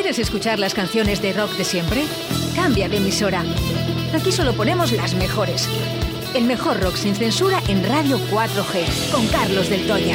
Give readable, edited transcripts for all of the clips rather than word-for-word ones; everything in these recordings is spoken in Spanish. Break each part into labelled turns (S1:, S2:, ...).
S1: ¿Quieres escuchar las canciones de rock de siempre? Cambia de emisora. Aquí solo ponemos las mejores. El mejor rock sin censura en Radio 4G, con Carlos del Toya.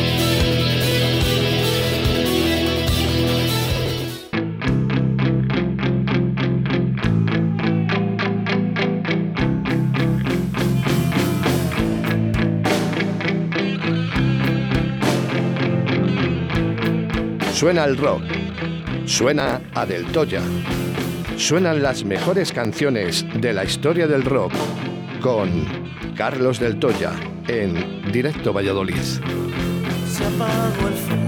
S2: Suena el rock, suena a Del Toya, suenan las mejores canciones de la historia del rock con Carlos del Toya en Directo Valladolid.
S3: Se apagó el fuego.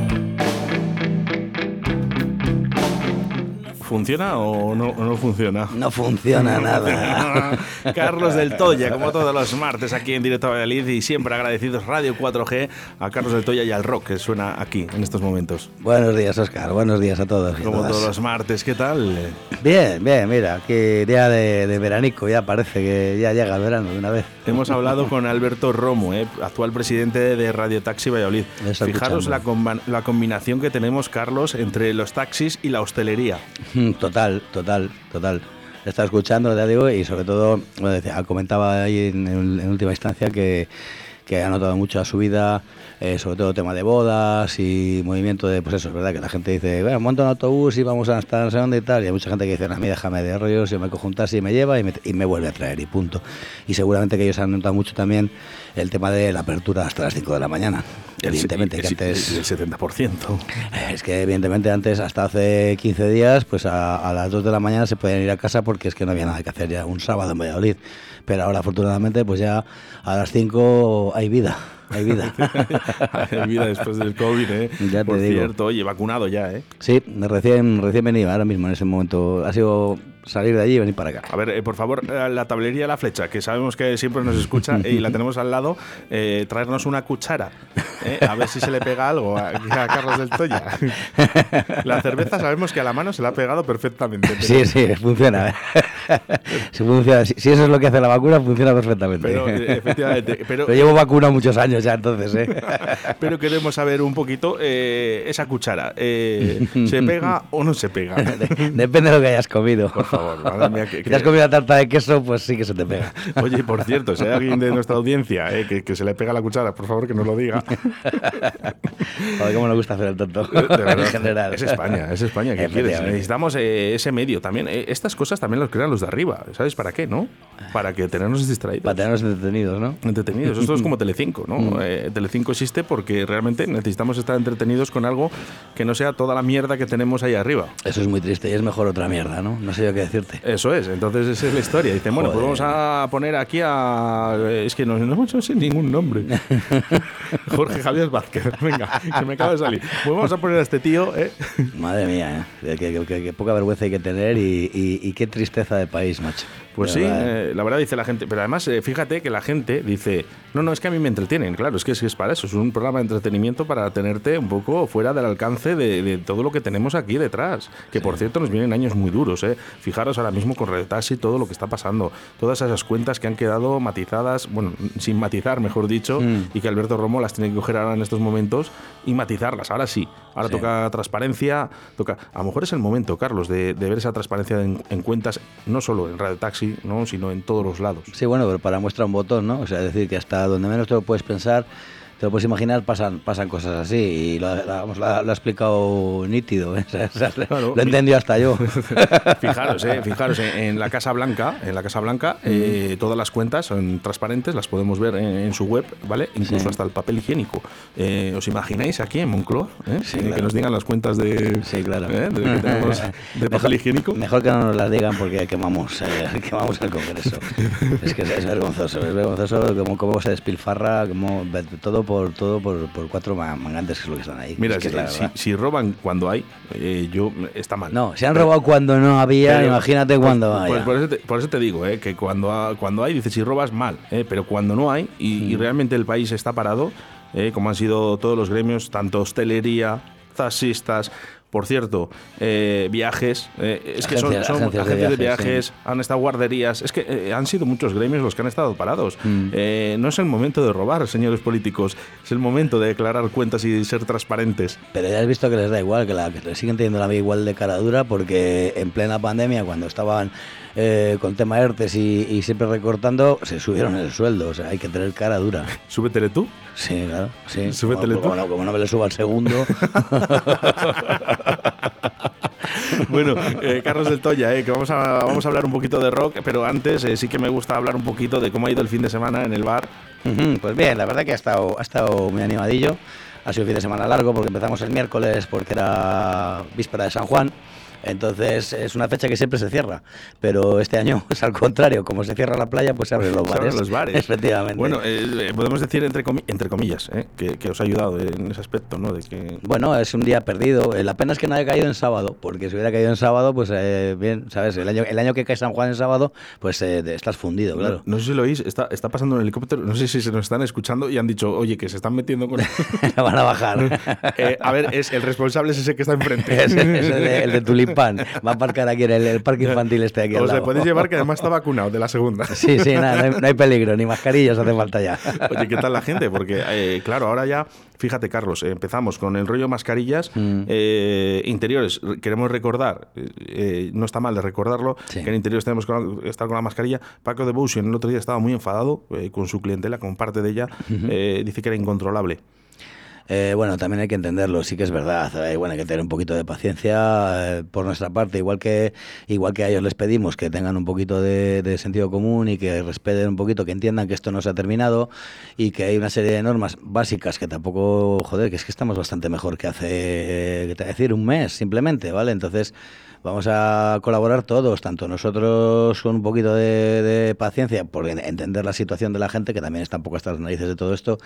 S4: ¿Funciona o no funciona?
S5: No funciona nada.
S4: Carlos del Toya, como todos los martes aquí en Directo Valladolid, y siempre agradecidos Radio 4G a Carlos del Toya y al rock que suena aquí en estos momentos.
S5: Buenos días, Óscar. Buenos días a todos.
S4: Como todos los martes, ¿qué tal?
S5: Bien, mira, aquí día de veranico, ya parece que ya llega el verano de una vez.
S4: Hemos hablado con Alberto Romo, actual presidente de Radio Taxi Valladolid. Fijaros la combinación que tenemos, Carlos, entre los taxis y la hostelería.
S5: Total. Estaba escuchando, ya digo, y sobre todo, comentaba ahí en última instancia que ha notado mucho la subida, sobre todo tema de bodas y movimiento de, pues eso, es verdad que la gente dice, bueno, monto un autobús y vamos a estar no sé dónde y tal, y hay mucha gente que dice, a mí déjame de rollos, yo me cojo un taxi y me lleva y me vuelve a traer y punto. Y seguramente que ellos han notado mucho también el tema de la apertura hasta las 5 de la mañana. Evidentemente que antes...
S4: El 70%.
S5: Es que evidentemente antes, hasta hace 15 días, pues a las 2 de la mañana se podían ir a casa porque es que no había nada que hacer ya un sábado en Valladolid. Pero ahora afortunadamente pues ya a las 5 hay vida. Hay vida.
S4: Hay vida después del COVID, ¿eh?
S5: Ya te
S4: Por
S5: digo.
S4: cierto, oye, vacunado ya, ¿eh?
S5: Sí, recién venido ahora mismo en ese momento. Ha sido salir de allí y venir para acá.
S4: A ver, por favor, la tablería de la flecha, que sabemos que siempre nos escucha y la tenemos al lado, traernos una cuchara, a ver si se le pega algo a Carlos del Toya. La cerveza sabemos que a la mano se la ha pegado perfectamente.
S5: Pero... Sí, funciona. Si eso es lo que hace la vacuna, funciona perfectamente.
S4: Pero, efectivamente. Pero
S5: llevo vacunado muchos años ya, entonces,
S4: Pero queremos saber un poquito esa cuchara. ¿Se pega o no se pega?
S5: Depende de lo que hayas comido.
S4: Por favor, madre mía.
S5: Si has comido una tarta de queso, pues sí que se te pega.
S4: Oye, por cierto, si hay alguien de nuestra audiencia que se le pega la cuchara, por favor que nos lo diga.
S5: Joder, cómo nos gusta hacer el tonto.
S4: De verdad,
S5: en general.
S4: Es España. ¿Qué quieres? Necesitamos ese medio también. Estas cosas también las crean los de arriba. ¿Sabes para qué, no? Para que tenernos distraídos.
S5: Para tenernos entretenidos, ¿no?
S4: Entretenidos. Esto es como Telecinco, ¿no? Telecinco existe porque realmente necesitamos estar entretenidos con algo que no sea toda la mierda que tenemos ahí arriba.
S5: Eso es muy triste y es mejor otra mierda, ¿no? No sé yo qué decirte.
S4: Eso es, entonces esa es la historia. Dicen, bueno, pues vamos a poner aquí a... Es que no sé ningún nombre. Jorge Javier Vázquez, venga, que me acaba de salir. Pues vamos a poner a este tío,
S5: Madre mía, qué poca vergüenza hay que tener y qué tristeza de país, macho.
S4: Pues sí, la verdad dice la gente, pero además fíjate que la gente dice, no, es que a mí me entretienen, claro, es que es para eso, es un programa de entretenimiento para tenerte un poco fuera del alcance de todo lo que tenemos aquí detrás, que por cierto nos vienen años muy duros, fijaros ahora mismo con Radio Taxi todo lo que está pasando, todas esas cuentas que han quedado matizadas, bueno, sin matizar mejor dicho, y que Alberto Romo las tiene que coger ahora en estos momentos y matizarlas, ahora sí, toca transparencia, a lo mejor es el momento, Carlos, de ver esa transparencia en cuentas, no solo en Radio Taxi, ¿no? Sino en todos los lados.
S5: Sí, bueno, pero para muestra un botón, ¿no? O sea, es decir, que hasta donde menos te lo puedes pensar, te lo puedes imaginar, pasan cosas así y lo ha explicado nítido, claro, lo he entendido hasta yo.
S4: Fijaros, en la Casa Blanca, todas las cuentas son transparentes, las podemos ver en su web, ¿vale? Incluso hasta el papel higiénico. ¿Os imagináis aquí en Moncloa?
S5: Sí, claro.
S4: Que nos digan las cuentas de,
S5: sí, claro.
S4: De que tenemos de papel higiénico.
S5: Mejor que no nos las digan porque quemamos el Congreso. Es que es vergonzoso cómo se despilfarra, todo por 4 mangantes que es lo que están ahí.
S4: Mira,
S5: es
S4: si roban cuando hay, está mal.
S5: No, si han robado cuando no había, pero, imagínate cuando hay.
S4: Por eso te digo, que cuando hay, dices, si robas mal, pero cuando no hay, y realmente el país está parado, como han sido todos los gremios, tanto hostelería, taxistas, Por cierto, viajes, es que son
S5: agencias
S4: agencias de
S5: viajes,
S4: viajes,
S5: sí.
S4: han estado guarderías, es que han sido muchos gremios los que han estado parados. No es el momento de robar, señores políticos, es el momento de declarar cuentas y ser transparentes.
S5: Pero ya has visto que les da igual, que le siguen teniendo la vida igual de cara dura, porque en plena pandemia, cuando estaban con tema ERTES y siempre recortando, se subieron el sueldo. O sea, hay que tener cara dura.
S4: Súbetele tú.
S5: Sí, claro. Sí.
S4: Súbetele tú.
S5: Como no me le suba al segundo.
S4: Bueno, Carlos del Toya, que vamos a hablar un poquito de rock, pero antes sí que me gusta hablar un poquito de cómo ha ido el fin de semana en el bar.
S5: Pues bien, la verdad que ha estado muy animadillo. Ha sido un fin de semana largo porque empezamos el miércoles porque era víspera de San Juan. Entonces es una fecha que siempre se cierra, pero este año es al contrario, como se cierra la playa, pues se abren los bares.
S4: Se abren los bares.
S5: Efectivamente.
S4: Bueno, podemos decir entre comillas, que os ha ayudado en ese aspecto, ¿no? De que...
S5: Bueno, es un día perdido. La pena es que no haya caído en sábado, porque si hubiera caído en sábado, pues bien, ¿sabes? El año que cae San Juan en sábado, pues estás fundido, claro.
S4: No sé si lo oís, está pasando un helicóptero, no sé si se nos están escuchando y han dicho, oye, que se están metiendo con...
S5: Van a bajar.
S4: A ver, el responsable es ese que está enfrente.
S5: Es el de Tulipán. Va a aparcar aquí en el parque infantil este de aquí al
S4: Os
S5: lado.
S4: le podéis llevar, que además está vacunado de la segunda.
S5: Sí, nada, no hay peligro, ni mascarillas hace falta ya.
S4: Oye, ¿qué tal la gente? Porque, claro, ahora ya, fíjate, Carlos, empezamos con el rollo mascarillas interiores. Queremos recordar, no está mal de recordarlo,
S5: sí,
S4: que en interiores tenemos que estar con la mascarilla. Paco Devotion el otro día estaba muy enfadado con su clientela, con parte de ella. Dice que era incontrolable.
S5: Bueno, también hay que entenderlo, sí que es verdad. Bueno, hay que tener un poquito de paciencia por nuestra parte, igual que a ellos les pedimos que tengan un poquito de sentido común y que respeten un poquito, que entiendan que esto no se ha terminado y que hay una serie de normas básicas que tampoco, joder, que es que estamos bastante mejor que hace, un mes simplemente, ¿vale? Entonces vamos a colaborar todos, tanto nosotros con un poquito de paciencia por entender la situación de la gente, que también está un poco hasta las narices de todo esto,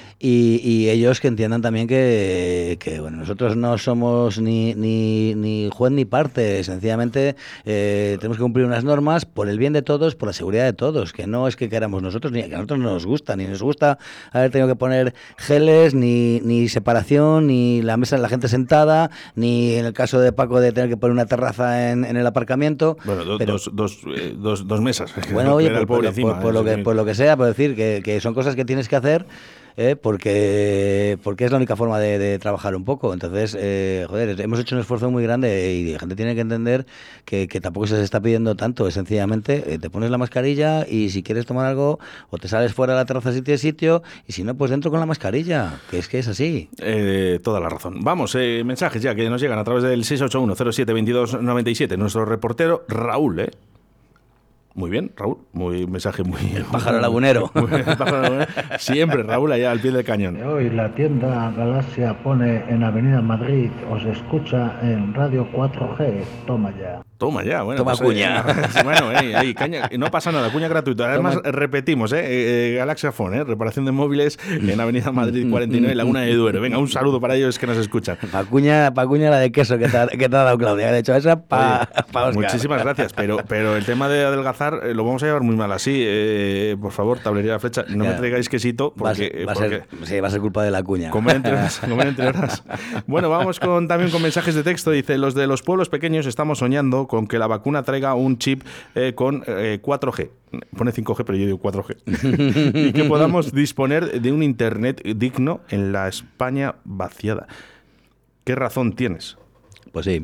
S5: y ellos que entiendan también que bueno, nosotros no somos ni juez ni parte, sencillamente tenemos que cumplir unas normas por el bien de todos, por la seguridad de todos, que no es que queramos nosotros, ni que a nosotros no nos gusta, ni nos gusta haber tenido que poner geles, ni separación, ni la mesa de la gente sentada, ni en el caso de Paco de tener que poner una terraza en el aparcamiento.
S4: Bueno, dos mesas.
S5: Bueno, oye, por lo que sea, por decir que son cosas que tienes que hacer. Porque es la única forma de trabajar un poco. Entonces, joder, hemos hecho un esfuerzo muy grande y la gente tiene que entender que tampoco se les está pidiendo tanto. Es sencillamente, te pones la mascarilla y si quieres tomar algo, o te sales fuera de la terraza si tienes sitio, y si no, pues dentro con la mascarilla, que es así.
S4: Toda la razón. Vamos, mensajes ya que nos llegan a través del 681-07-2297. Nuestro reportero Raúl, Muy bien, Raúl. Mensaje muy...
S5: El pájaro lagunero.
S4: Siempre, Raúl, allá al pie del cañón.
S6: Hoy la tienda Galaxia pone en Avenida Madrid, os escucha en Radio 4G. Toma ya.
S4: Toma ya, bueno.
S5: Toma,
S4: pues,
S5: cuña.
S4: Bueno, ahí, caña, no pasa nada, cuña gratuita. Además, repetimos, Galaxia Phone, reparación de móviles en Avenida Madrid 49, Laguna de Duero. Venga, un saludo para ellos que nos escuchan.
S5: Pa' cuña la de queso que te ha dado Claudia. De hecho, esa para Oscar.
S4: Muchísimas gracias, pero el tema de adelgazar lo vamos a llevar muy mal así. Por favor, tablería de flecha, no me traigáis quesito porque...
S5: va a ser culpa de la cuña.
S4: Comer entre horas. Bueno, vamos también con mensajes de texto. Dice, los de los pueblos pequeños estamos soñando con que la vacuna traiga un chip con 4G. Pone 5G, pero yo digo 4G. Y que podamos disponer de un internet digno en la España vaciada. ¿Qué razón tienes?
S5: Pues sí.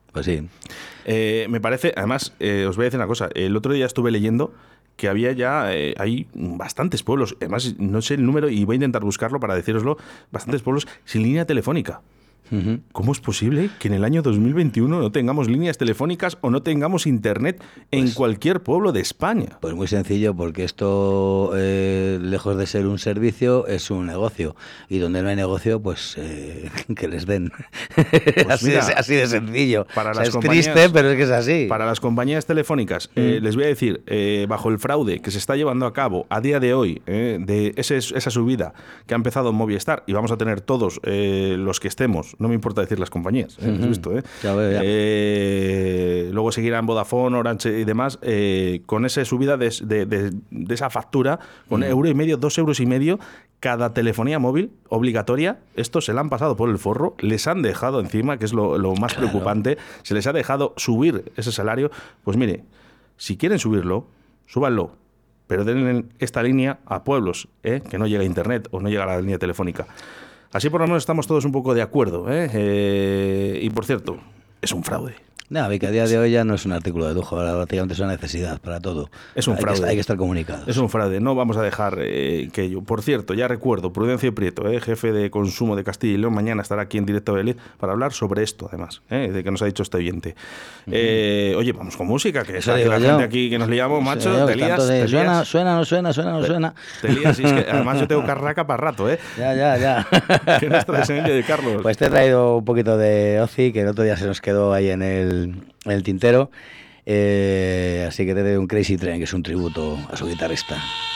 S4: Me parece, además, os voy a decir una cosa. El otro día estuve leyendo que había ya, hay bastantes pueblos, además no sé el número y voy a intentar buscarlo para decíroslo, bastantes pueblos sin línea telefónica. ¿Cómo es posible que en el año 2021 no tengamos líneas telefónicas o no tengamos internet en cualquier pueblo de España?
S5: Pues muy sencillo, porque esto, lejos de ser un servicio, es un negocio. Y donde no hay negocio, pues que les den.
S4: Pues
S5: así de sencillo.
S4: Para
S5: es triste, pero es que es así.
S4: Para las compañías telefónicas, les voy a decir, bajo el fraude que se está llevando a cabo a día de hoy, de esa subida que ha empezado en Movistar, y vamos a tener todos los que estemos vamos, no me importa decir las compañías, ¿has visto?
S5: Ya veo, ya.
S4: Luego seguirán Vodafone, Orange y demás, con esa subida de esa factura, con €1,5, €2,5, cada telefonía móvil obligatoria. Esto se la han pasado por el forro, les han dejado encima, que es lo más preocupante, se les ha dejado subir ese salario. Pues mire, si quieren subirlo, súbanlo, pero denle esta línea a pueblos, que no llega a internet o no llega a la línea telefónica. Así por lo menos estamos todos un poco de acuerdo. Y por cierto, es un fraude.
S5: No, que a día de hoy ya no es un artículo de lujo, ahora prácticamente es una necesidad para todo.
S4: Es un fraude.
S5: Hay que estar comunicados.
S4: Es un fraude, no vamos a dejar que yo. Por cierto, ya recuerdo, Prudencio Prieto, jefe de consumo de Castilla y León, mañana estará aquí en Directo Valladolid para hablar sobre esto, además, de que nos ha dicho este oyente. Oye, vamos con música, que es la gente aquí que nos liamos, macho, te lías.
S5: Suena, no suena.
S4: Te lías, y es que además yo tengo carraca para rato,
S5: Ya.
S4: ¿Qué nos traes, Carlos?
S5: Pues te he traído un poquito de Ozzy, que el otro día se nos quedó ahí en el tintero, así que te doy un Crazy Train, que es un tributo a su guitarrista.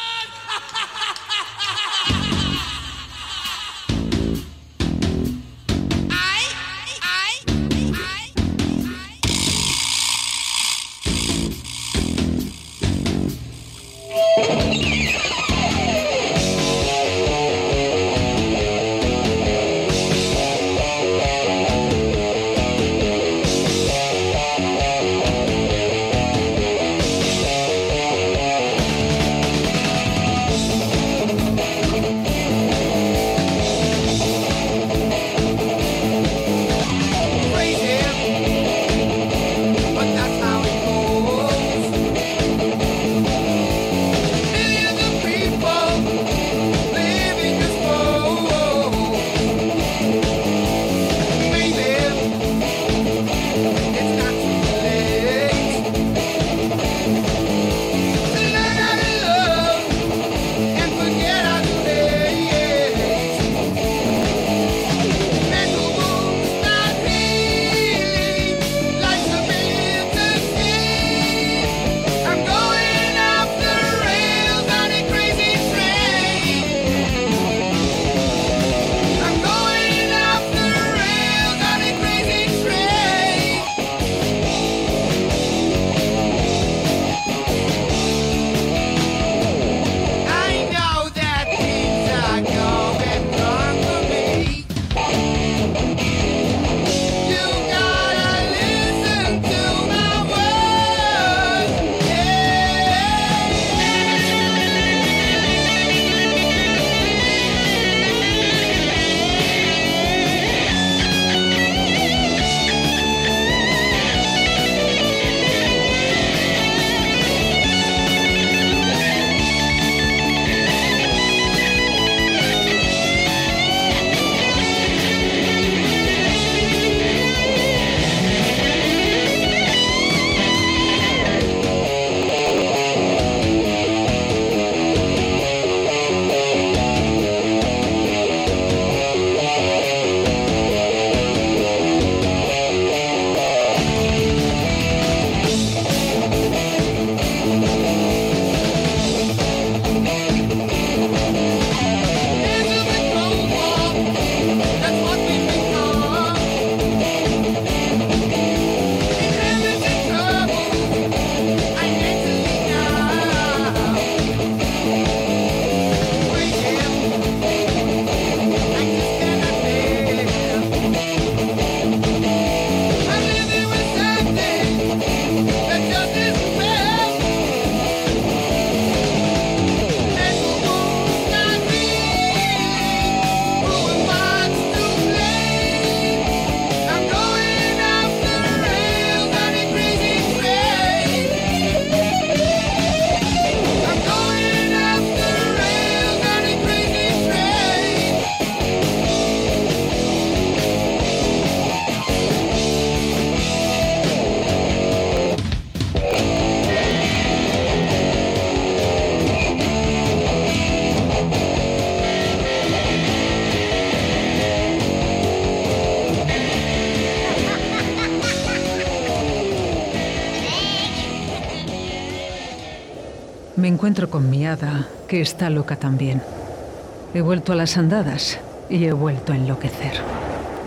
S7: Me encuentro con mi hada, que está loca también. He vuelto a las andadas y he vuelto a enloquecer.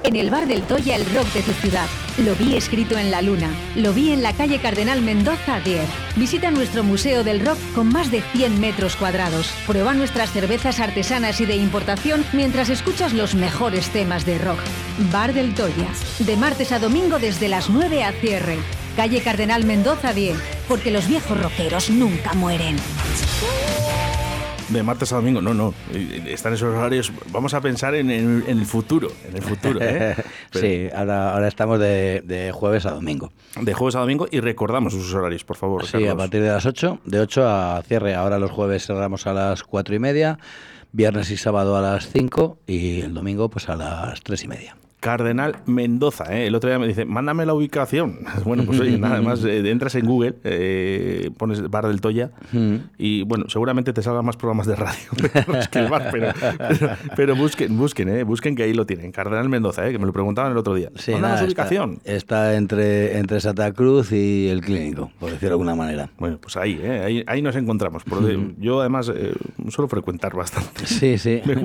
S1: En el Bar del Toya, el rock de tu ciudad. Lo vi escrito en la luna. Lo vi en la calle Cardenal Mendoza 10. Visita nuestro Museo del Rock con más de 100 metros cuadrados. Prueba nuestras cervezas artesanas y de importación mientras escuchas los mejores temas de rock. Bar del Toya. De martes a domingo desde las 9 a cierre. Calle Cardenal Mendoza 10. Porque los viejos rockeros nunca mueren.
S4: De martes a domingo, no, están esos horarios. Vamos a pensar en el futuro, ¿eh?
S5: Sí, ahora estamos de jueves a domingo.
S4: De jueves a domingo, y recordamos esos horarios, por favor,
S5: Sí,
S4: Carlos.
S5: a partir de las 8, de 8 a cierre. Ahora los jueves cerramos a las 4:30, viernes y sábado a las 5 y el domingo pues a las 3:30.
S4: Cardenal Mendoza, ¿eh? El otro día me dice, mándame la ubicación. Bueno, pues oye, nada más, entras en Google, pones Bar del Toya y bueno, seguramente te salgan más programas de radio que el bar, pero busquen que ahí lo tienen. Cardenal Mendoza, que me lo preguntaban el otro día.
S5: Sí,
S4: Mándanos
S5: nada,
S4: ubicación.
S5: Está entre Santa Cruz y el Clínico, por decirlo de alguna manera.
S4: Bueno, pues ahí nos encontramos. Porque yo además suelo frecuentar bastante.
S5: Sí.
S4: Me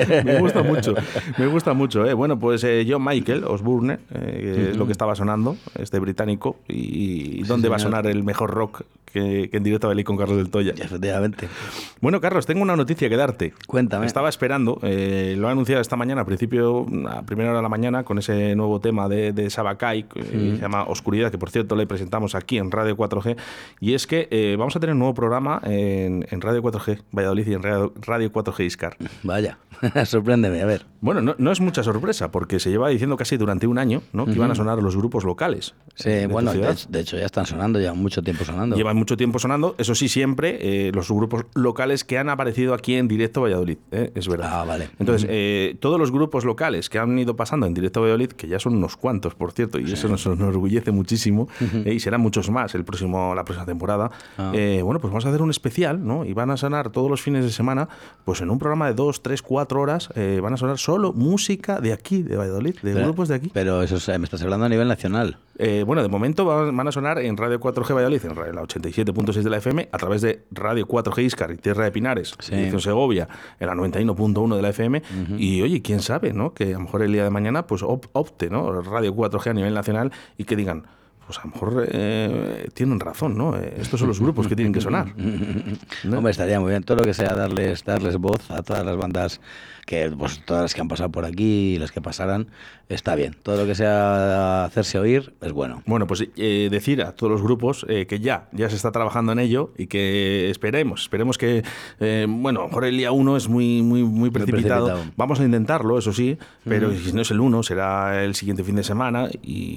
S4: gusta mucho. Bueno, pues John Michael Osbourne, es lo que estaba sonando, este británico, y dónde va a sonar el mejor rock que en directo a con Carlos del Toya.
S5: Efectivamente.
S4: Bueno, Carlos, tengo una noticia que darte.
S5: Cuéntame.
S4: Estaba esperando, lo ha anunciado esta mañana, a primera hora de la mañana, con ese nuevo tema de Sabakai, que se llama Oscuridad, que por cierto le presentamos aquí en Radio 4G, y es que vamos a tener un nuevo programa en Radio 4G Valladolid y en Radio 4G Iscar.
S5: Vaya, sorpréndeme, a ver.
S4: Bueno, no es mucha sorpresa, porque se lleva diciendo casi durante un año, ¿no?, que iban a sonar los grupos locales.
S5: Sí, bueno, de hecho ya están sonando, llevan mucho tiempo sonando.
S4: Llevan mucho tiempo sonando, eso sí, siempre los grupos locales que han aparecido aquí en Directo Valladolid, es verdad.
S5: Ah, vale.
S4: Entonces, todos los grupos locales que han ido pasando en Directo Valladolid, que ya son unos cuantos, por cierto, y eso nos enorgullece muchísimo, y serán muchos más la próxima temporada, bueno, pues vamos a hacer un especial, ¿no? Y van a sonar todos los fines de semana, pues en un programa de 2, 3, 4 horas, van a sonar solo música de aquí, de Valladolid, de grupos de aquí.
S5: Pero eso me estás hablando a nivel nacional.
S4: Bueno, de momento van a sonar en Radio 4G Valladolid, en la 87.6 de la FM, a través de Radio 4G Iscar y Tierra de Pinares, dirección Segovia, en la 91.1 de la FM. Y oye, quién sabe, ¿no?, que a lo mejor el día de mañana pues opte, ¿no?, Radio 4G a nivel nacional, y que digan, pues a lo mejor tienen razón, ¿no? Estos son los grupos que tienen que sonar, ¿no?
S5: Hombre, estaría muy bien todo lo que sea darles voz a todas las bandas, que pues todas las que han pasado por aquí y las que pasarán, está bien. Todo lo que sea hacerse oír es bueno.
S4: Bueno, pues decir a todos los grupos que ya se está trabajando en ello, y que esperemos que, bueno, a lo mejor el día 1 es muy precipitado. Vamos a intentarlo, eso sí, pero si no es el 1, será el siguiente fin de semana,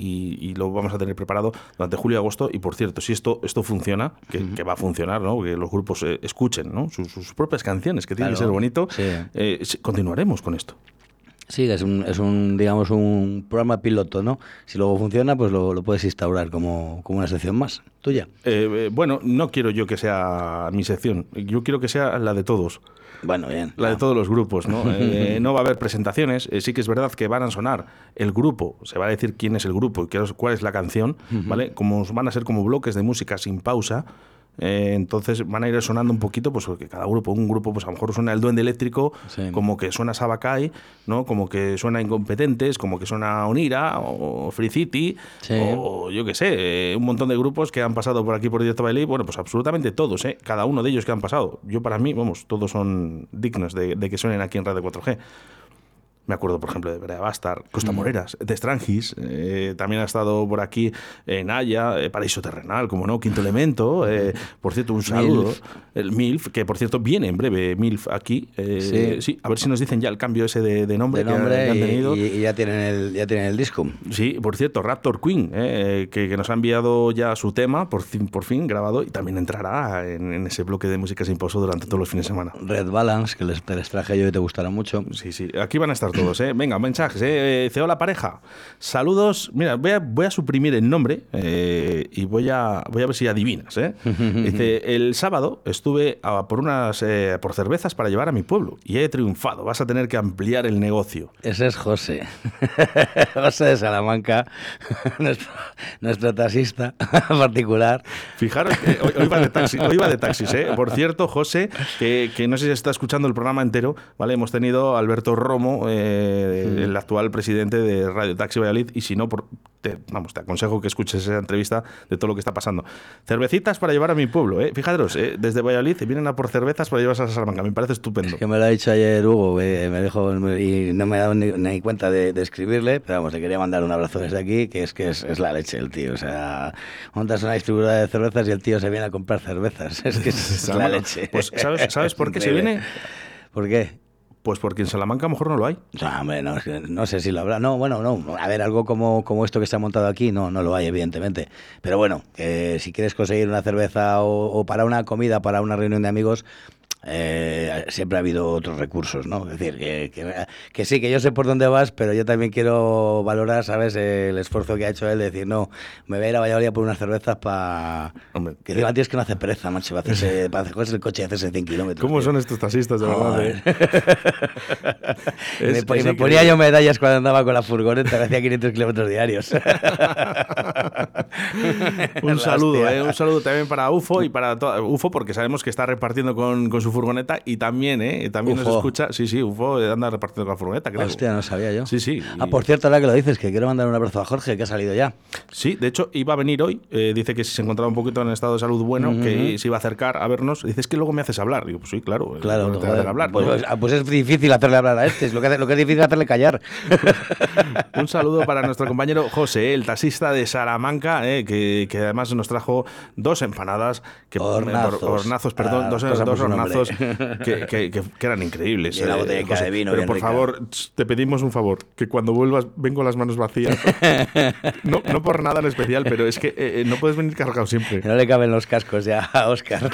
S4: y lo vamos a tener preparado durante julio y agosto. Y por cierto, si esto funciona, que va a funcionar, ¿no?, que los grupos escuchen, ¿no?, sus propias canciones, que tiene que ser bonito, continuaremos con esto.
S5: Sí, es un digamos un programa piloto, ¿no? Si luego funciona, pues lo puedes instaurar como una sección más tuya.
S4: Bueno, no quiero yo que sea mi sección, yo quiero que sea la de todos.
S5: Bueno, bien.
S4: La de todos los grupos, ¿no? No va a haber presentaciones. Sí que es verdad que van a sonar el grupo, se va a decir quién es el grupo y cuál es la canción, ¿vale? Como van a ser como bloques de música sin pausa. Entonces van a ir sonando un poquito, pues porque un grupo, pues a lo mejor suena el Duende Eléctrico, como que suena Sabakai, ¿no?, como que suena Incompetentes, como que suena Onira o Free City, o yo qué sé, un montón de grupos que han pasado por aquí por Directo Valladolid. Bueno, pues absolutamente todos, cada uno de ellos que han pasado. Yo, para mí, vamos, todos son dignos de que suenen aquí en Radio 4G. Me acuerdo, por ejemplo, de Brea Bastard, Costa Moreras, de Strangis, también ha estado por aquí Naya, Paraíso Terrenal, como no, Quinto Elemento, por cierto, un saludo. MILF. El MILF, que por cierto viene en breve MILF aquí. Sí, a ver si nos dicen ya el cambio ese de nombre, que han tenido.
S5: Y ya tienen el disco.
S4: Sí, por cierto, Raptor Queen, que nos ha enviado ya su tema, por fin grabado, y también entrará en ese bloque de música sin pausa durante todos los fines de semana.
S5: Red Balance, que les traje yo y te gustará mucho.
S4: Sí, aquí van a estar todos, Venga, mensajes, Ceo la pareja. Saludos. Mira, voy a suprimir el nombre y voy a ver si adivinas, Dice, el sábado estuve por cervezas para llevar a mi pueblo y he triunfado. Vas a tener que ampliar el negocio.
S5: Ese es José. José de Salamanca, nuestro taxista particular.
S4: Fijaros que hoy va de taxis, Por cierto, José, que no sé si está escuchando el programa entero, ¿vale? Hemos tenido a Alberto Romo el actual presidente de Radio Taxi Valladolid, y si no, te aconsejo que escuches esa entrevista de todo lo que está pasando. Cervecitas para llevar a mi pueblo, fijaros, desde Valladolid vienen a por cervezas para llevarse a Salamanca, me parece estupendo.
S5: Es que me lo ha dicho ayer Hugo, me dijo, y no me he dado ni cuenta de escribirle, pero vamos, le quería mandar un abrazo desde aquí, que es la leche el tío, o sea, montas una distribuidora de cervezas y el tío se viene a comprar cervezas, es que es la leche.
S4: Pues ¿sabes por qué se viene?
S5: ¿Por qué?
S4: Pues porque en Salamanca a lo mejor no lo hay.
S5: Hombre, no sé si lo habrá. No, a ver, algo como esto que se ha montado aquí, no lo hay, evidentemente. Pero bueno, si quieres conseguir una cerveza o para una comida, para una reunión de amigos, siempre ha habido otros recursos, ¿no? Es decir, que sí, que yo sé por dónde vas, pero yo también quiero valorar, ¿sabes?, el esfuerzo que ha hecho él de decir, no, me voy a ir a Valladolid por unas cervezas para... Que digan, tío, es que no hace pereza, macho, para cogerse el coche y hacerse 100 kilómetros.
S4: ¿Cómo son estos taxistas, de verdad?
S5: Me ponía yo medallas cuando andaba con la furgoneta, que hacía 500 kilómetros diarios.
S4: Un saludo también para UFO y para UFO, porque sabemos que está repartiendo con su furgoneta, y también nos escucha. Sí, UFO anda repartiendo con la furgoneta, creo.
S5: Hostia, no sabía yo.
S4: Sí.
S5: Por cierto, ahora que lo dices, que quiero mandar un abrazo a Jorge, que ha salido ya.
S4: Sí, de hecho, iba a venir hoy. Dice que si se encontraba un poquito en estado de salud bueno, que se iba a acercar a vernos. Dice, es que luego me haces hablar. Digo, pues sí, claro.
S5: Te
S4: voy a hacer hablar.
S5: Pues es difícil hacerle hablar a este. Lo que es difícil hacerle callar.
S4: Un saludo para nuestro compañero José, el taxista de Salamanca, que además nos trajo 2 empanadas. Hornazos, perdón. Dos hornazos que eran increíbles.
S5: Y la botella de vino.
S4: Pero por favor, te pedimos un favor, que cuando vuelvas vengo las manos vacías. No por nada en especial, pero es que no puedes venir cargado siempre.
S5: Que no le caben los cascos ya a Óscar.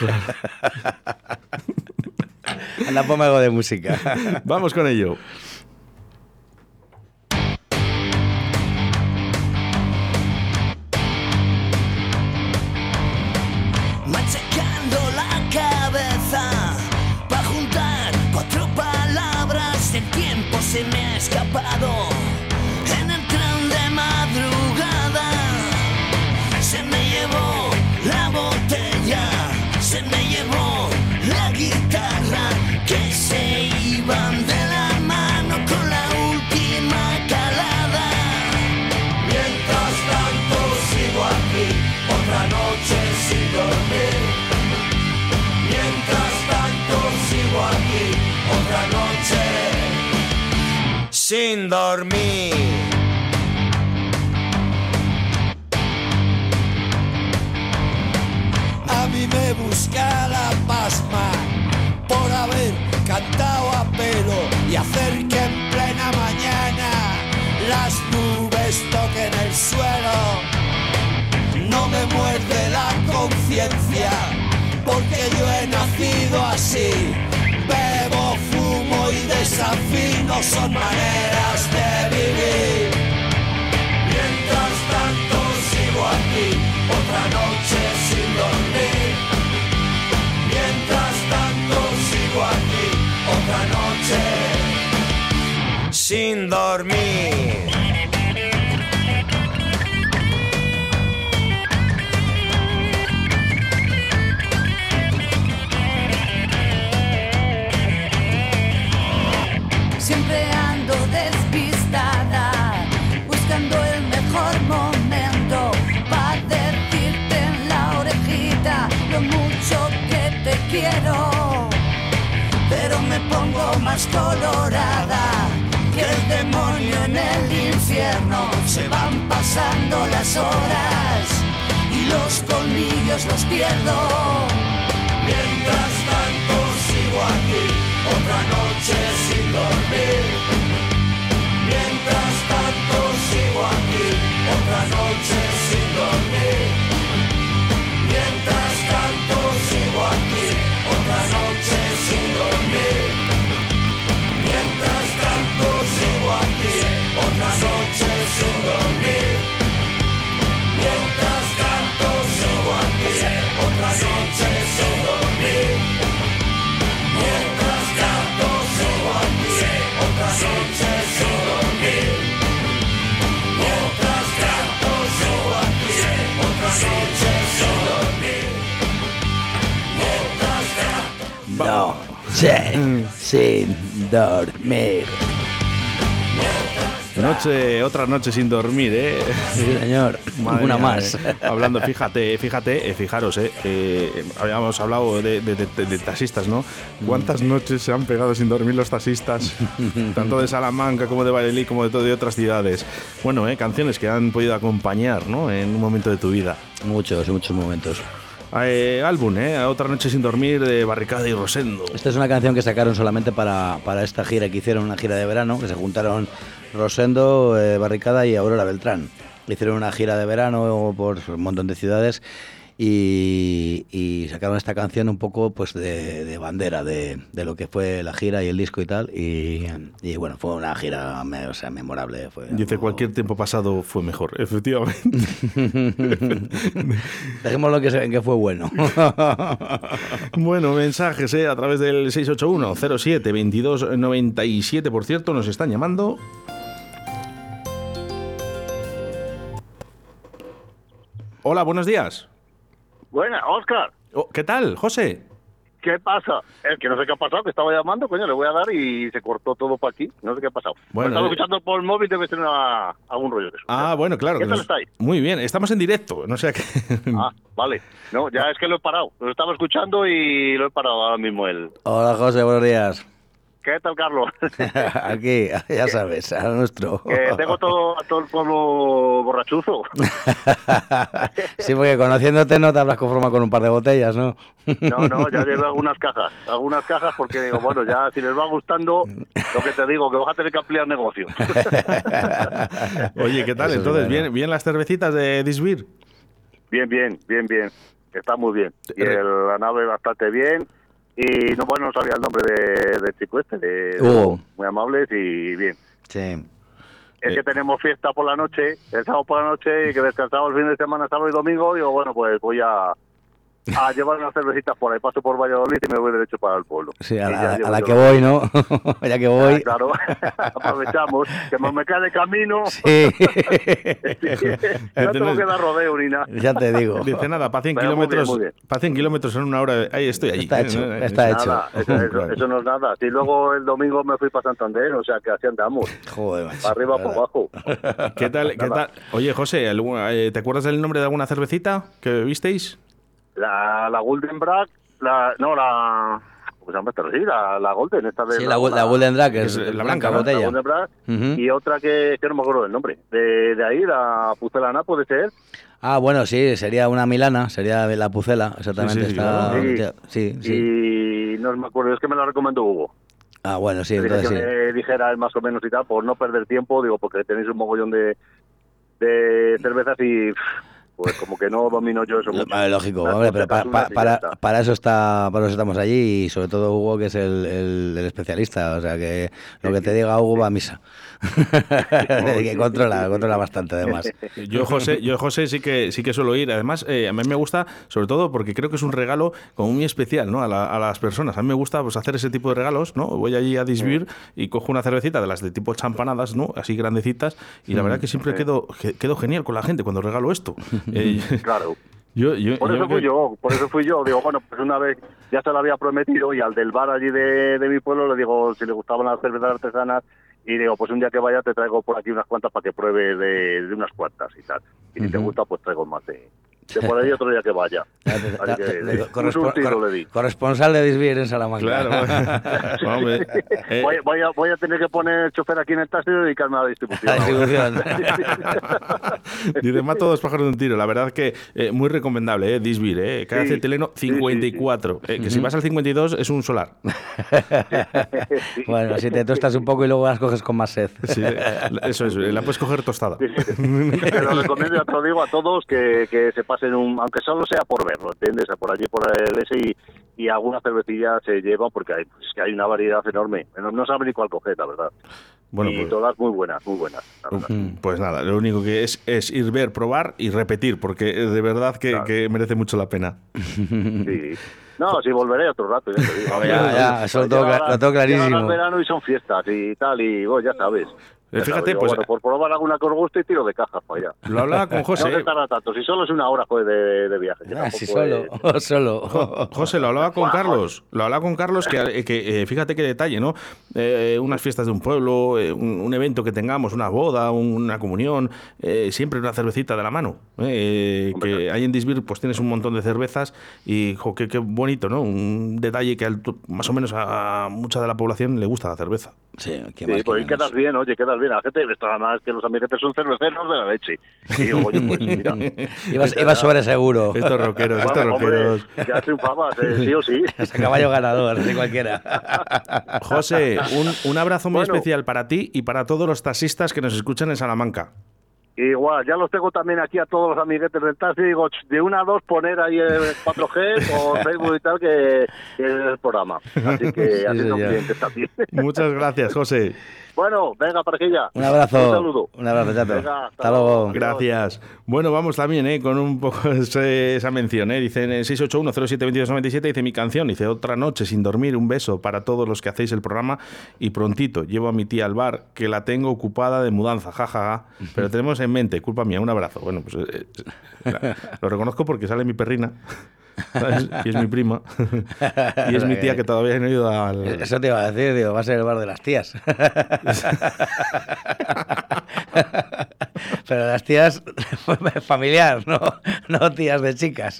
S5: Anda, ponme algo de música.
S4: Vamos con ello.
S3: Machacando la cabeza para juntar 4 palabras, el tiempo se me ha escapado en el tren de madrugada. Se me llevó la botella, se me llevó la guitarra, que se iban de la mano con la última calada. Mientras tanto sigo aquí, otra noche sin dormir. Mientras tanto sigo aquí, otra noche sin dormir. A mí me busca la pasma por haber cantado a pelo y hacer que en plena mañana las nubes toquen el suelo. No me muerde la conciencia, porque yo he nacido así. Bebo, fumo y desafino, son maneras de vivir. Mientras tanto sigo aquí, otra noche sin dormir. Mientras tanto sigo aquí, otra noche sin dormir.
S8: Siempre ando despistada, buscando el mejor momento para decirte en la orejita lo mucho que te quiero. Pero me pongo más colorada que el demonio en el infierno. Se van pasando las horas y los colmillos los pierdo. Mientras tanto sigo aquí, otra noche sin dormir. Mientras tanto sigo aquí, otra noche sin dormir. Mientras tanto sigo aquí, otra noche sin dormir. Mientras tanto sigo aquí, otra noche sin dormir. Mientras tanto sigo aquí, otra noche sin dormir. Mientras tanto sigo aquí, otra noche sin dormir. Mientras tanto sigo aquí, otra noche sin dormir. Mientras tanto
S5: noche sin dormir.
S4: Otra noche sin dormir, ¿eh?
S5: Sí, señor.
S4: Madre
S5: Una
S4: mía,
S5: más.
S4: Hablando, fijaros, habíamos hablado de taxistas, ¿no? ¿Cuántas noches se han pegado sin dormir los taxistas? Tanto de Salamanca como de Valladolid, como de otras ciudades. Bueno, canciones que han podido acompañar, ¿no? En un momento de tu vida.
S5: Muchos momentos.
S4: Álbum, Otra noche sin dormir, de Barricada y Rosendo.
S5: Esta es una canción que sacaron solamente para esta gira que hicieron, una gira de verano, que se juntaron Rosendo, Barricada y Aurora Beltrán. Hicieron una gira de verano por un montón de ciudades y sacaron esta canción un poco pues de bandera de lo que fue la gira y el disco y tal. Y bueno, fue una gira memorable.
S4: Dice, cualquier tiempo pasado fue mejor, efectivamente.
S5: Dejémoslo en que fue bueno.
S4: Bueno, mensajes a través del 681-07-2297. Por cierto, nos están llamando. Hola, buenos días.
S9: Buena, Óscar.
S4: ¿Qué tal, José?
S9: ¿Qué pasa? Es que no sé qué ha pasado, que estaba llamando, coño, le voy a dar y se cortó todo por aquí. No sé qué ha pasado.
S4: Bueno,
S9: estaba escuchando por el móvil, debe ser algún rollo de eso.
S4: Bueno, claro.
S9: ¿Qué tal estáis?
S4: Muy bien, estamos en directo, no sé qué.
S9: Vale. No, ya es que lo he parado. Lo estaba escuchando y lo he parado ahora mismo.
S5: Hola, José, buenos días.
S9: ¿Qué tal, Carlos?
S5: Aquí, ya sabes, a nuestro.
S9: Que tengo todo el pueblo borrachuzo.
S5: Sí, porque conociéndote no te habrás conformado con un par de botellas, ¿no?
S9: No, ya llevo algunas cajas porque digo, bueno, ya si les va gustando, lo que te digo, que vas a tener que ampliar negocio.
S4: Oye, ¿qué tal? Eso entonces, ¿bien las cervecitas de Disbir?
S9: Bien. Está muy bien. Y la nave bastante bien. Y no sabía el nombre del chico muy amables y bien.
S5: Sí.
S9: Es que tenemos fiesta por la noche, el sábado por la noche, y que descansamos el fin de semana, sábado y domingo. Digo, bueno, pues voy a llevar unas cervecitas por ahí, paso por Valladolid y me voy derecho para el pueblo.
S5: Sí, a la que voy, ¿no? Ya que voy.
S9: Claro, aprovechamos, que me queda de camino.
S5: Sí.
S9: No tengo que dar rodeo ni nada.
S5: Ya te digo.
S4: Dice nada, para 100 kilómetros en una hora, ahí estoy allí.
S5: Está hecho.
S9: Nada, eso no es nada. Si luego el domingo me fui para Santander, o sea que así andamos.
S5: Joder, macho.
S9: Para arriba, para abajo.
S4: ¿Qué tal? Oye, José, ¿te acuerdas del nombre de alguna cervecita que visteis?
S9: La Golden Bragg, ¿cómo se llama esta? Sí, la Golden, esta de...
S5: Sí, la Golden Bragg, es
S4: la blanca
S5: botella.
S9: La Golden Bragg, y otra que no me acuerdo del nombre. De ahí, la Pucelana, ¿puede ser?
S5: Bueno, sí, sería una Milana, sería la Pucela, exactamente. Sí.
S9: Y no me acuerdo, es que me la recomendó Hugo.
S5: Bueno, sí, entonces sí.
S9: Dijera más o menos y tal, por no perder tiempo, digo, porque tenéis un mogollón de cervezas y... Pues como que no domino yo eso mucho.
S5: Lógico, hombre, pero para eso estamos allí y sobre todo Hugo, que es el especialista, o sea que lo que te diga Hugo va a misa. Que controla bastante además.
S4: Yo José sí que suelo ir, además a mí me gusta sobre todo porque creo que es un regalo como muy especial, ¿no? a las personas. A mí me gusta pues hacer ese tipo de regalos, ¿no? Voy allí a Disbir y cojo una cervecita de las de tipo champanadas, ¿no? Así grandecitas, y la verdad que siempre quedo genial con la gente cuando regalo esto.
S9: Claro.
S4: Por
S9: eso fui yo. Digo, bueno, pues una vez ya se lo había prometido y al del bar allí de mi pueblo le digo si le gustaban las cervezas artesanas y digo, pues un día que vaya te traigo por aquí unas cuantas para que pruebes de unas cuantas y tal. Y si te gusta, pues traigo más de por ahí otro día que vaya.
S5: Corresponsal de Disbir en Salamanca.
S4: Claro.
S9: Voy a tener que poner chofer aquí en el taxi y dedicarme a la distribución.
S4: Dice, mato dos pájaros de un tiro. La verdad que muy recomendable, Disbir, calle Acetileno 54. Que si vas al 52 es un solar.
S5: Bueno, si te tostas un poco y luego las coges con más sed.
S4: Sí, eso es, la puedes coger tostada.
S9: Te lo recomiendo, ya te lo digo a todos, que se pasen aunque solo sea por verlo, ¿entiendes? Por allí, por el ese y alguna cervecilla se lleva porque hay una variedad enorme. No sabe ni cuál coger, la verdad.
S4: Bueno,
S9: y todas muy buenas, la verdad.
S4: Pues nada, lo único que es ir, ver, probar y repetir, porque de verdad que merece mucho la pena.
S9: Sí. No, sí, volveré otro rato, ya te digo.
S5: Ya, eso lo tengo clarísimo.
S9: Llega el verano y son fiestas y tal, y ya sabes.
S4: Fíjate,
S9: digo,
S4: pues...
S9: bueno, por probar alguna que os guste y tiro de cajas para allá.
S4: Lo hablaba con José.
S9: No se tarda tanto, si solo es una hora de viaje.
S5: Si solo.
S4: José, lo hablaba con Carlos. Lo hablaba con Carlos que fíjate qué detalle, ¿no? Unas fiestas de un pueblo, un evento que tengamos, una boda, una comunión, siempre una cervecita de la mano. Que ahí en Disbir pues tienes un montón de cervezas y qué bonito, ¿no? Un detalle que más o menos a mucha de la población le gusta la cerveza.
S5: Sí,
S9: pues quedas bien, oye, quedas bien. La gente, esto además que los amiguetes son cerveceros de la leche. Y digo, oye, pues mira.
S5: Ibas sobre seguro.
S4: Estos rockeros.
S9: Hombre, ya triunfabas, sí o sí.
S5: Es caballo ganador, de cualquiera.
S4: José, un abrazo muy especial para ti y para todos los taxistas que nos escuchan en Salamanca.
S9: Igual, ya los tengo también aquí a todos los amiguetes del taxi. Digo, de 1 a 2 poner ahí el 4G o Facebook y tal, que es el programa. Así que así son clientes también.
S4: Muchas gracias, José.
S9: Bueno, venga, parejilla.
S5: Un abrazo.
S9: Un saludo.
S5: Un abrazo, Chato.
S9: Venga,
S5: hasta luego.
S4: Gracias. Bueno, vamos también con un poco esa mención. Dicen 681072297, dice mi canción, dice otra noche sin dormir, un beso para todos los que hacéis el programa y prontito llevo a mi tía al bar que la tengo ocupada de mudanza, jajaja, pero tenemos en mente, culpa mía, un abrazo. Bueno, pues lo reconozco porque sale mi perrina. ¿Sabes? Y es mi prima y es mi tía que todavía no ha ido al...
S5: Eso te iba a decir, digo, va a ser el bar de las tías. Pero las tías familiar, no tías de chicas.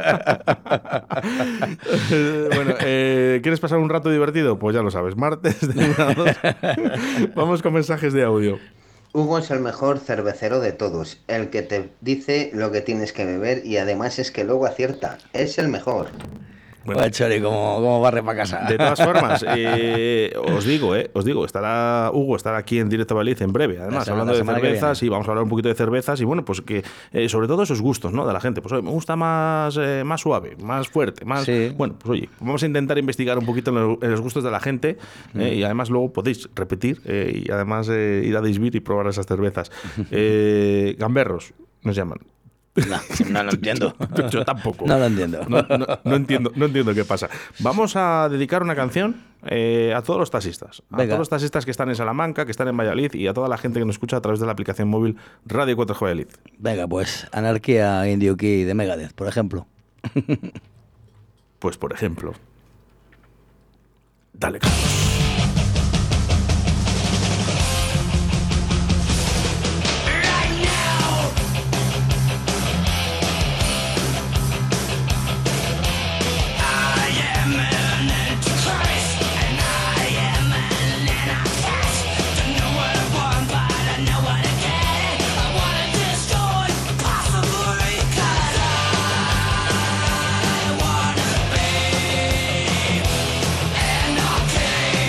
S4: Bueno, ¿quieres pasar un rato divertido? Pues ya lo sabes, martes de 1 a 2. Vamos con mensajes de audio.
S10: Hugo es el mejor cervecero de todos, el que te dice lo que tienes que beber y además es que luego acierta. Es el mejor.
S5: Bueno, Chori, ¿cómo barre para casa?
S4: De todas formas, os digo, Hugo estará aquí en Directo Valladolid en breve, además, hablando de cervezas, y vamos a hablar un poquito de cervezas, y bueno, pues que sobre todo esos gustos, ¿no? De la gente, pues oye, me gusta más suave, más fuerte, más... Sí. Bueno, pues oye, vamos a intentar investigar un poquito en los gustos de la gente, y además luego podéis repetir, y además ir a Disbir y probar esas cervezas. Gamberros, nos llaman.
S5: No lo entiendo.
S4: Yo tampoco.
S5: No lo entiendo.
S4: No entiendo qué pasa. Vamos a dedicar una canción a todos los taxistas. A todos los taxistas que están en Salamanca, que están en Valladolid y a toda la gente que nos escucha a través de la aplicación móvil Radio 4G Valladolid.
S5: Venga, pues Anarquía Indio Key de Megadeth, por ejemplo.
S4: Pues por ejemplo. Dale, Carlos.
S11: Okay.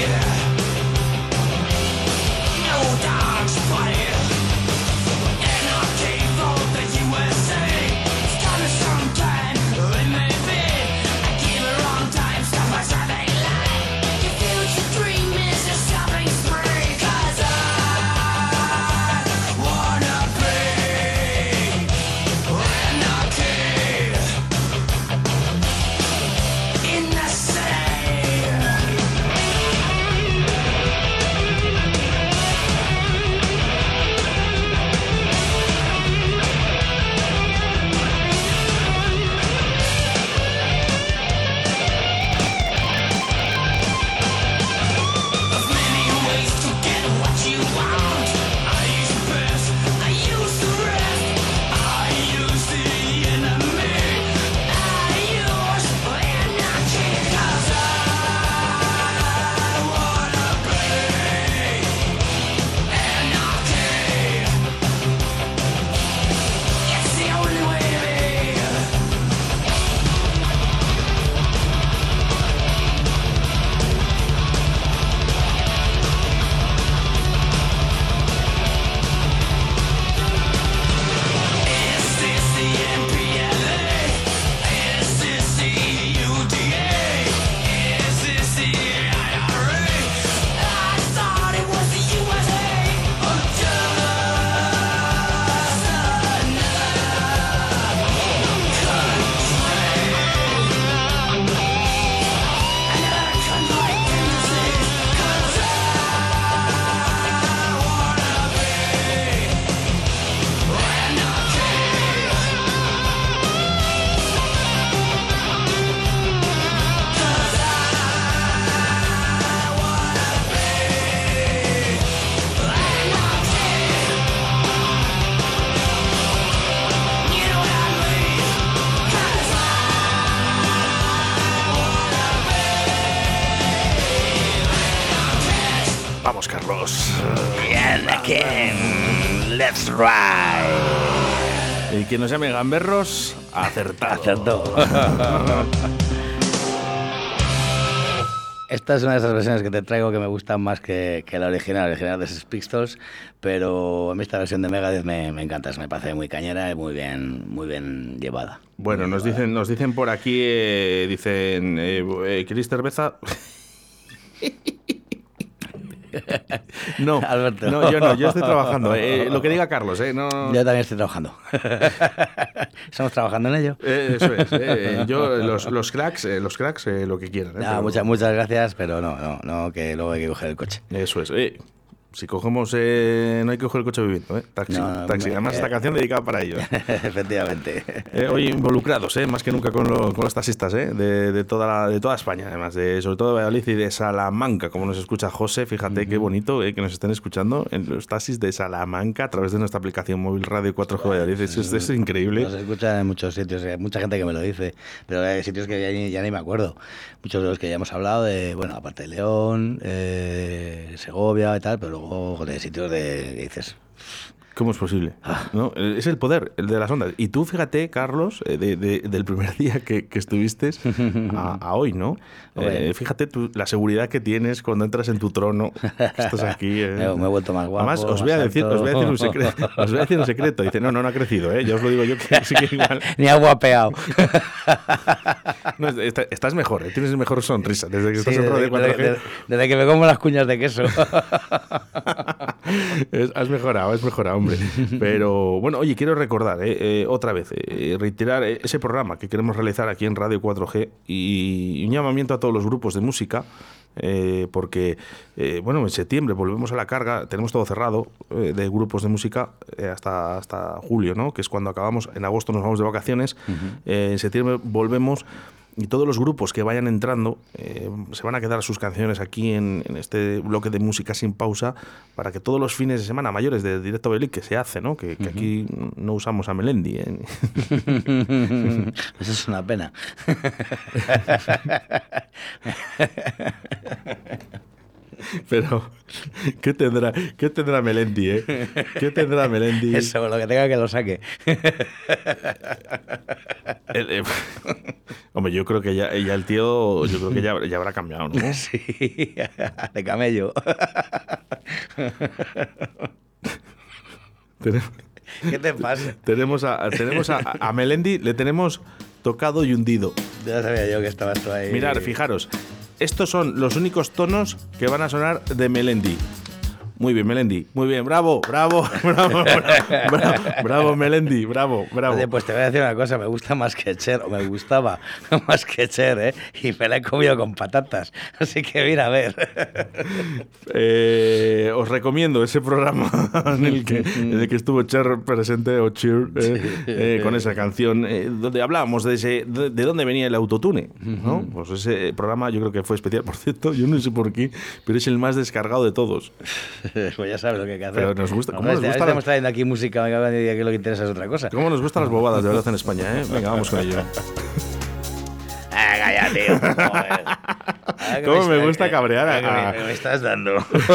S4: Vamos, Carlos.
S5: Bien, again. Let's ride.
S4: Y quien nos llame gamberros, acertado.
S5: Acertó. Esta es una de esas versiones que te traigo que me gustan más que la original de Sex Pistols, pero a mí esta versión de Megadeth me encanta, me parece muy cañera y muy bien llevada.
S4: Bueno, nos dicen por aquí, ¿queréis cerveza? No,
S5: Alberto.
S4: No, yo estoy trabajando. Lo que diga Carlos, no.
S5: Yo también estoy trabajando. Estamos trabajando en ello.
S4: Eso es. Yo, los cracks, lo que quieran.
S5: Pero... muchas gracias, pero no, que luego hay que coger el coche.
S4: Eso es. Si cogemos, no hay que coger el coche viviendo, Taxi. Además, esta canción dedicada para ello.
S5: Efectivamente.
S4: Hoy involucrados, más que nunca con los taxistas, de toda España, además, sobre todo de Valladolid y de Salamanca, como nos escucha José. Fíjate qué bonito que nos estén escuchando en los taxis de Salamanca a través de nuestra aplicación móvil Radio 4G Valladolid. Eso es increíble.
S5: Nos escuchan en muchos sitios, hay mucha gente que me lo dice, pero hay sitios que ya ni me acuerdo. Muchos de los que ya hemos hablado, aparte de León, Segovia y tal, pero luego de sitios que dices...
S4: ¿Cómo es posible? ¿No? Es el poder, el de las ondas. Y tú fíjate, Carlos, del primer día que estuviste a hoy, ¿no? Fíjate la seguridad que tienes cuando entras en tu trono. Estás aquí.
S5: Me he vuelto más guapo.
S4: Además, os voy a decir un secreto. Os voy a decir un secreto. Dice, no ha crecido, Ya os lo digo yo que sí que igual.
S5: Ni ha guapeado.
S4: No, estás mejor, tienes mejor sonrisa desde que estás en Radio 4G.
S5: Desde que me como las cuñas de queso.
S4: Has mejorado, hombre. Pero bueno, oye, quiero recordar otra vez, reiterar ese programa que queremos realizar aquí en Radio 4G y un llamamiento a todos los grupos de música, porque en septiembre volvemos a la carga, tenemos todo cerrado de grupos de música hasta julio, ¿no? Que es cuando acabamos. En agosto nos vamos de vacaciones. En septiembre volvemos. Y todos los grupos que vayan entrando se van a quedar sus canciones aquí en este bloque de música sin pausa, para que todos los fines de semana mayores de Directo Valladolid, que se hace, ¿no? Que aquí no usamos a Melendi.
S5: Eso es una pena.
S4: Pero, ¿qué tendrá Melendi, ¿Qué tendrá Melendi?
S5: Eso, lo que tenga que lo saque.
S4: Hombre, yo creo que ya el tío, ya habrá cambiado, ¿no?
S5: Sí, de camello. ¿Qué te pasa?
S4: Tenemos a Melendi, le tenemos tocado y hundido.
S5: Ya sabía yo que estabas tú ahí.
S4: Mirad, fijaros. Estos son los únicos tonos que van a sonar de Melendi. Muy bien, Melendi. Muy bien. Bravo, Melendi. Bravo.
S5: Oye, pues te voy a decir una cosa. Me gusta más que Cher, o me gustaba más que Cher, y me la he comido con patatas. Así que mira, a ver.
S4: Os recomiendo ese programa en el que estuvo Cher presente, o Cher, con esa canción, donde hablábamos de dónde venía el autotune, ¿no? Pues ese programa yo creo que fue especial. Por cierto, yo no sé por qué, pero es el más descargado de todos.
S5: Pues ya sabes lo que hay que hacer.
S4: Pero nos gusta.
S5: Estamos trayendo aquí música, que lo que interesa es otra cosa.
S4: ¿Cómo nos gustan las bobadas de verdad en España, Venga, vamos con ello.
S5: Calla, tío.
S4: ¿Cómo me gusta cabrear?
S5: Me estás dando.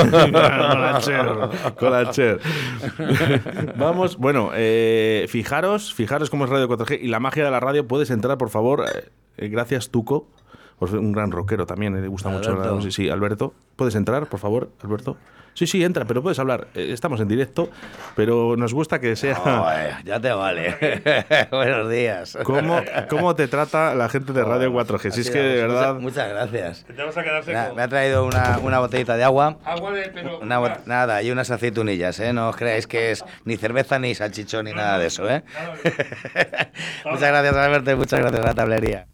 S4: Con la Cher. Vamos, bueno, fijaros cómo es Radio 4G y la magia de la radio. Puedes entrar, por favor. Gracias, Tuco. Un gran rockero también, le gusta
S5: Alberto.
S4: mucho. Sí, Alberto. ¿Puedes entrar, por favor, Alberto? Sí, entra, pero puedes hablar. Estamos en directo, pero nos gusta que sea...
S5: ya te vale. Buenos días.
S4: ¿Cómo te trata la gente de Radio 4G? Si es que, de verdad...
S5: Muchas gracias.
S11: Te vas a quedar seco.
S5: Me ha traído una botellita de agua.
S11: Pero...
S5: Nada, y unas aceitunillas, No os creáis que es ni cerveza, ni salchichón, ni nada de eso, Muchas gracias, Alberto, y muchas gracias a la tablería.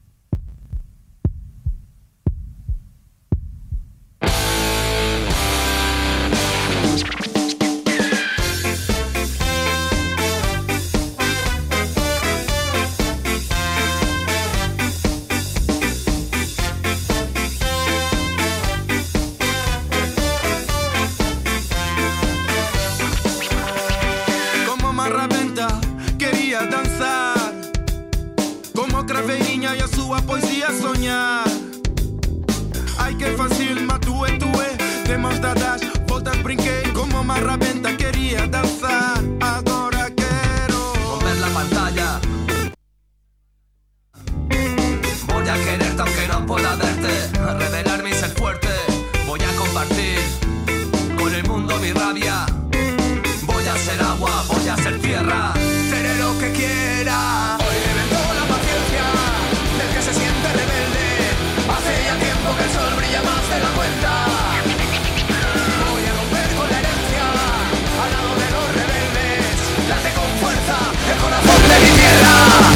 S12: Ai que fácil, mas tu é, demonstra das voltas
S11: voltas brinqué como más rabenta, quería danzar, ahora quiero
S12: romper la pantalla. Voy a quererte aunque no pueda verte, a revelar mi ser fuerte. Voy a compartir con el mundo mi rabia. Voy a ser agua, voy a ser tierra.
S11: Seré lo que quiera. Hoy reventó la paciencia del que se siente rebelde. Hace ya tiempo que el sol brilla más de la cuenta. Voy a romper con la herencia al lado de los rebeldes. Late con fuerza el corazón de mi tierra.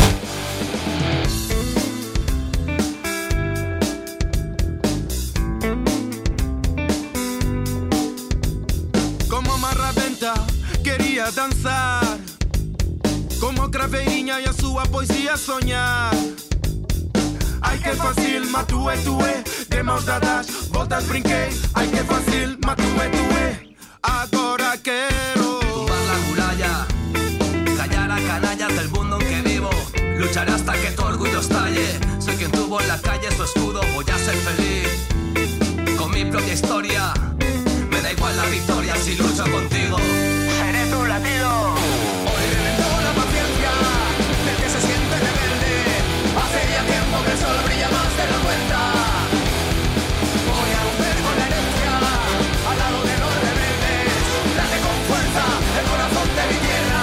S11: Como marraventa quería danzar, como craveirinha e a sua poesia sonhar. Ai que fácil, matue, de mãos dadas, voltas brinquei. Ai que fácil, matue, agora quero
S12: tumbar la muralla, callar a canallas del mundo en que vivo. Lucharé hasta que tu orgullo estalle. Soy quien tuvo en la calle su escudo. Voy a ser feliz con mi propia historia. Me da igual la victoria si lucho contigo.
S11: Seré tu latido. Hoy reventó la paciencia del que se siente rebelde. Hace ya tiempo que el sol brilla más de la cuenta. Voy a romper con la herencia al lado de los rebeldes. Late con fuerza el corazón de mi tierra.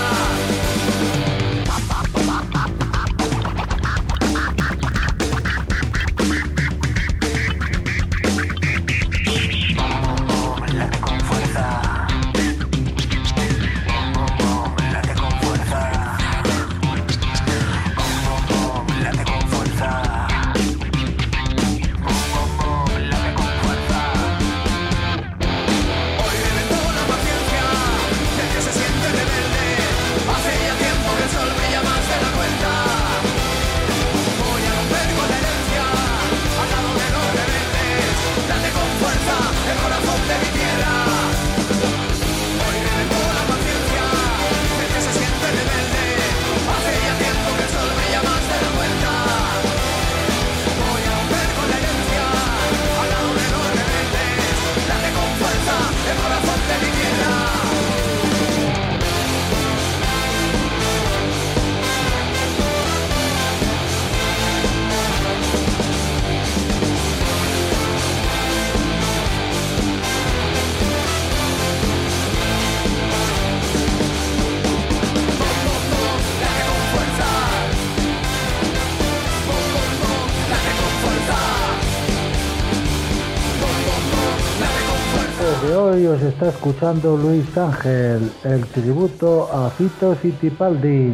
S6: De hoy os está escuchando Luis Ángel, el tributo a Fito Fittipaldi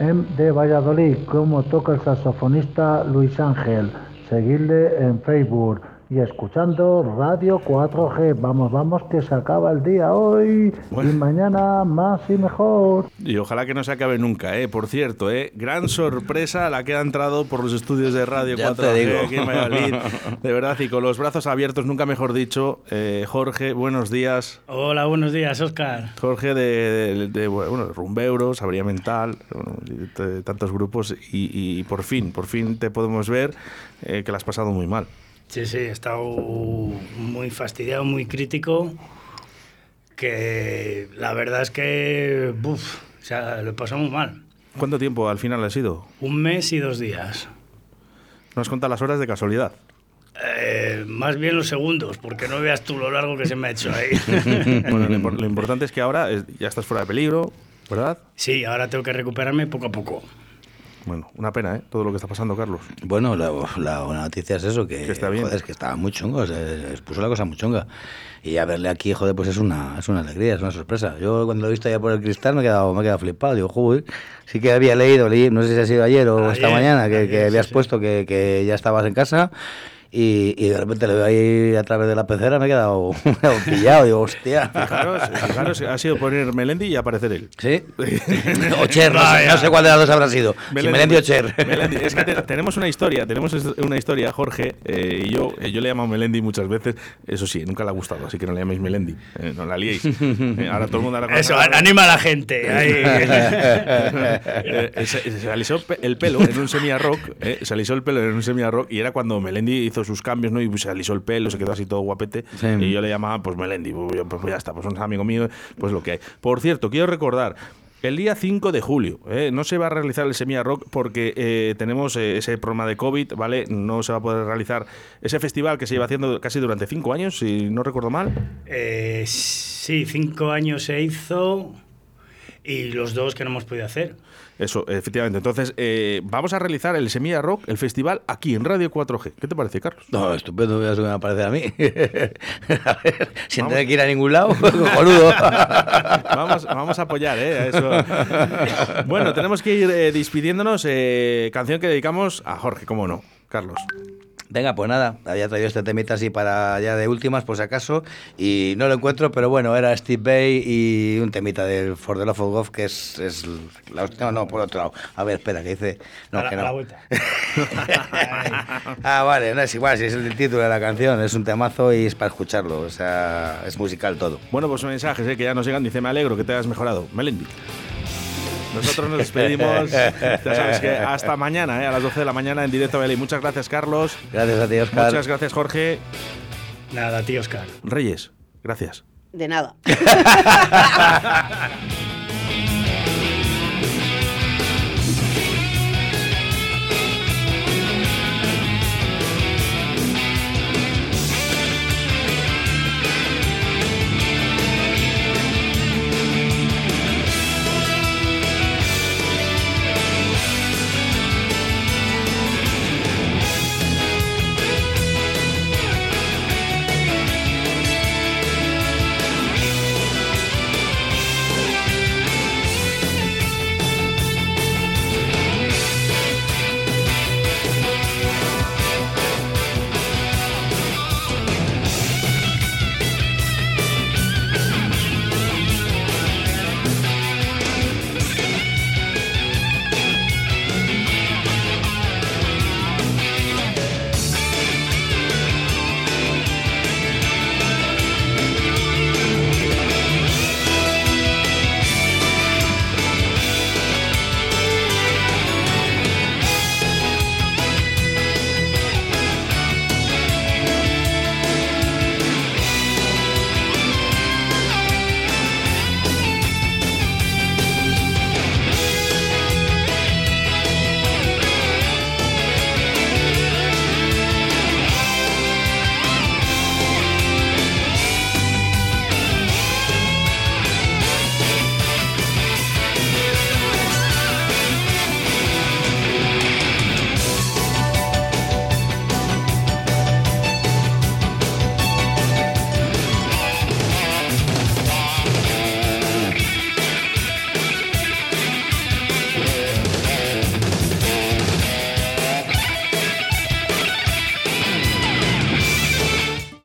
S6: de Valladolid, como toca el saxofonista Luis Ángel. Seguidle en Facebook y escuchando Radio 4G. Vamos, que se acaba el día hoy y mañana más y mejor.
S4: Y ojalá que no se acabe nunca, Por cierto, gran sorpresa la que ha entrado por los estudios de Radio 4G aquí en Valladolid. De verdad, y con los brazos abiertos, nunca mejor dicho. Jorge, buenos días.
S13: Hola, buenos días, Óscar.
S4: Jorge de Rumbeuros, Sabiduría Mental, de tantos grupos y por fin te podemos ver que la has pasado muy mal.
S13: Sí, he estado muy fastidiado, muy crítico, que la verdad es que lo he pasado muy mal.
S4: ¿Cuánto tiempo al final ha sido?
S13: 1 mes y 2 días.
S4: ¿No has contado las horas de casualidad?
S13: Más bien los segundos, porque no veas tú lo largo que se me ha hecho ahí.
S4: Bueno, lo importante es que ahora ya estás fuera de peligro, ¿verdad?
S13: Sí, ahora tengo que recuperarme poco a poco.
S4: Bueno, una pena, todo lo que está pasando, Carlos.
S5: Bueno, la buena noticia es eso, que
S4: está bien.
S5: Joder, es que estaba muy chungo, se puso la cosa muy chunga. Y a verle aquí, joder, pues es una alegría, es una sorpresa. Yo cuando lo he visto allá por el cristal me he quedado flipado. Digo, joder, sí que había leído, no sé si ha sido ayer o esta mañana, que habías puesto que ya estabas en casa. Y de repente le veo ahí a través de la pecera, me he quedado pillado, digo, hostia.
S4: Fijaros, ha sido poner Melendi y aparecer él.
S5: ¿Sí? O Cher, no sé cuál de las dos habrá sido. Melendi o Cher.
S4: Melendi. Es que tenemos una historia, Jorge, y yo le he llamado Melendi muchas veces, eso sí, nunca le ha gustado, así que no le llaméis Melendi, no la liéis. Ahora todo el mundo...
S13: Eso, anima a la gente.
S4: Se alisó el pelo en un semi-rock, y era cuando Melendi hizo hizo sus cambios, ¿no? Y se alisó el pelo, se quedó así todo guapete. Sí. Y yo le llamaba, pues Melendi, pues ya está, pues un amigo mío, pues lo que hay. Por cierto, quiero recordar, el día 5 de julio no se va a realizar el Semilla Rock porque tenemos ese problema de COVID, ¿vale? No se va a poder realizar ese festival que se lleva haciendo casi durante 5 años, si no recuerdo mal.
S13: Sí, 5 años se hizo y los 2 que no hemos podido hacer.
S4: Eso, efectivamente. Entonces, vamos a realizar el Semilla Rock, el festival, aquí en Radio 4G. ¿Qué te parece, Carlos?
S5: No, estupendo, eso me parece a mí. A ver, sin tener que ir a ningún lado, cojonudo.
S4: Vamos a apoyar, a eso. Bueno, tenemos que ir despidiéndonos. Canción que dedicamos a Jorge, ¿cómo no? Carlos.
S5: Venga, pues nada, había traído este temita así para ya de últimas, por si acaso, y no lo encuentro, pero bueno, era Steve Vai y un temita del For the Love of God, que es la... No, por otro lado. A ver, espera, que dice... No, que no. A la vuelta. Vale, no es igual, si es el título de la canción, es un temazo y es para escucharlo, o sea, es musical todo.
S4: Bueno, pues mensajes que ya nos llegan, dice, me alegro que te hayas mejorado. Melendi. Nosotros nos despedimos, ya sabes que hasta mañana, a las 12 de la mañana en Directo Valladolid. Muchas gracias, Carlos.
S5: Gracias a ti, Óscar.
S4: Muchas gracias, Jorge.
S13: Nada, a ti, Óscar.
S4: Reyes, gracias.
S14: De nada.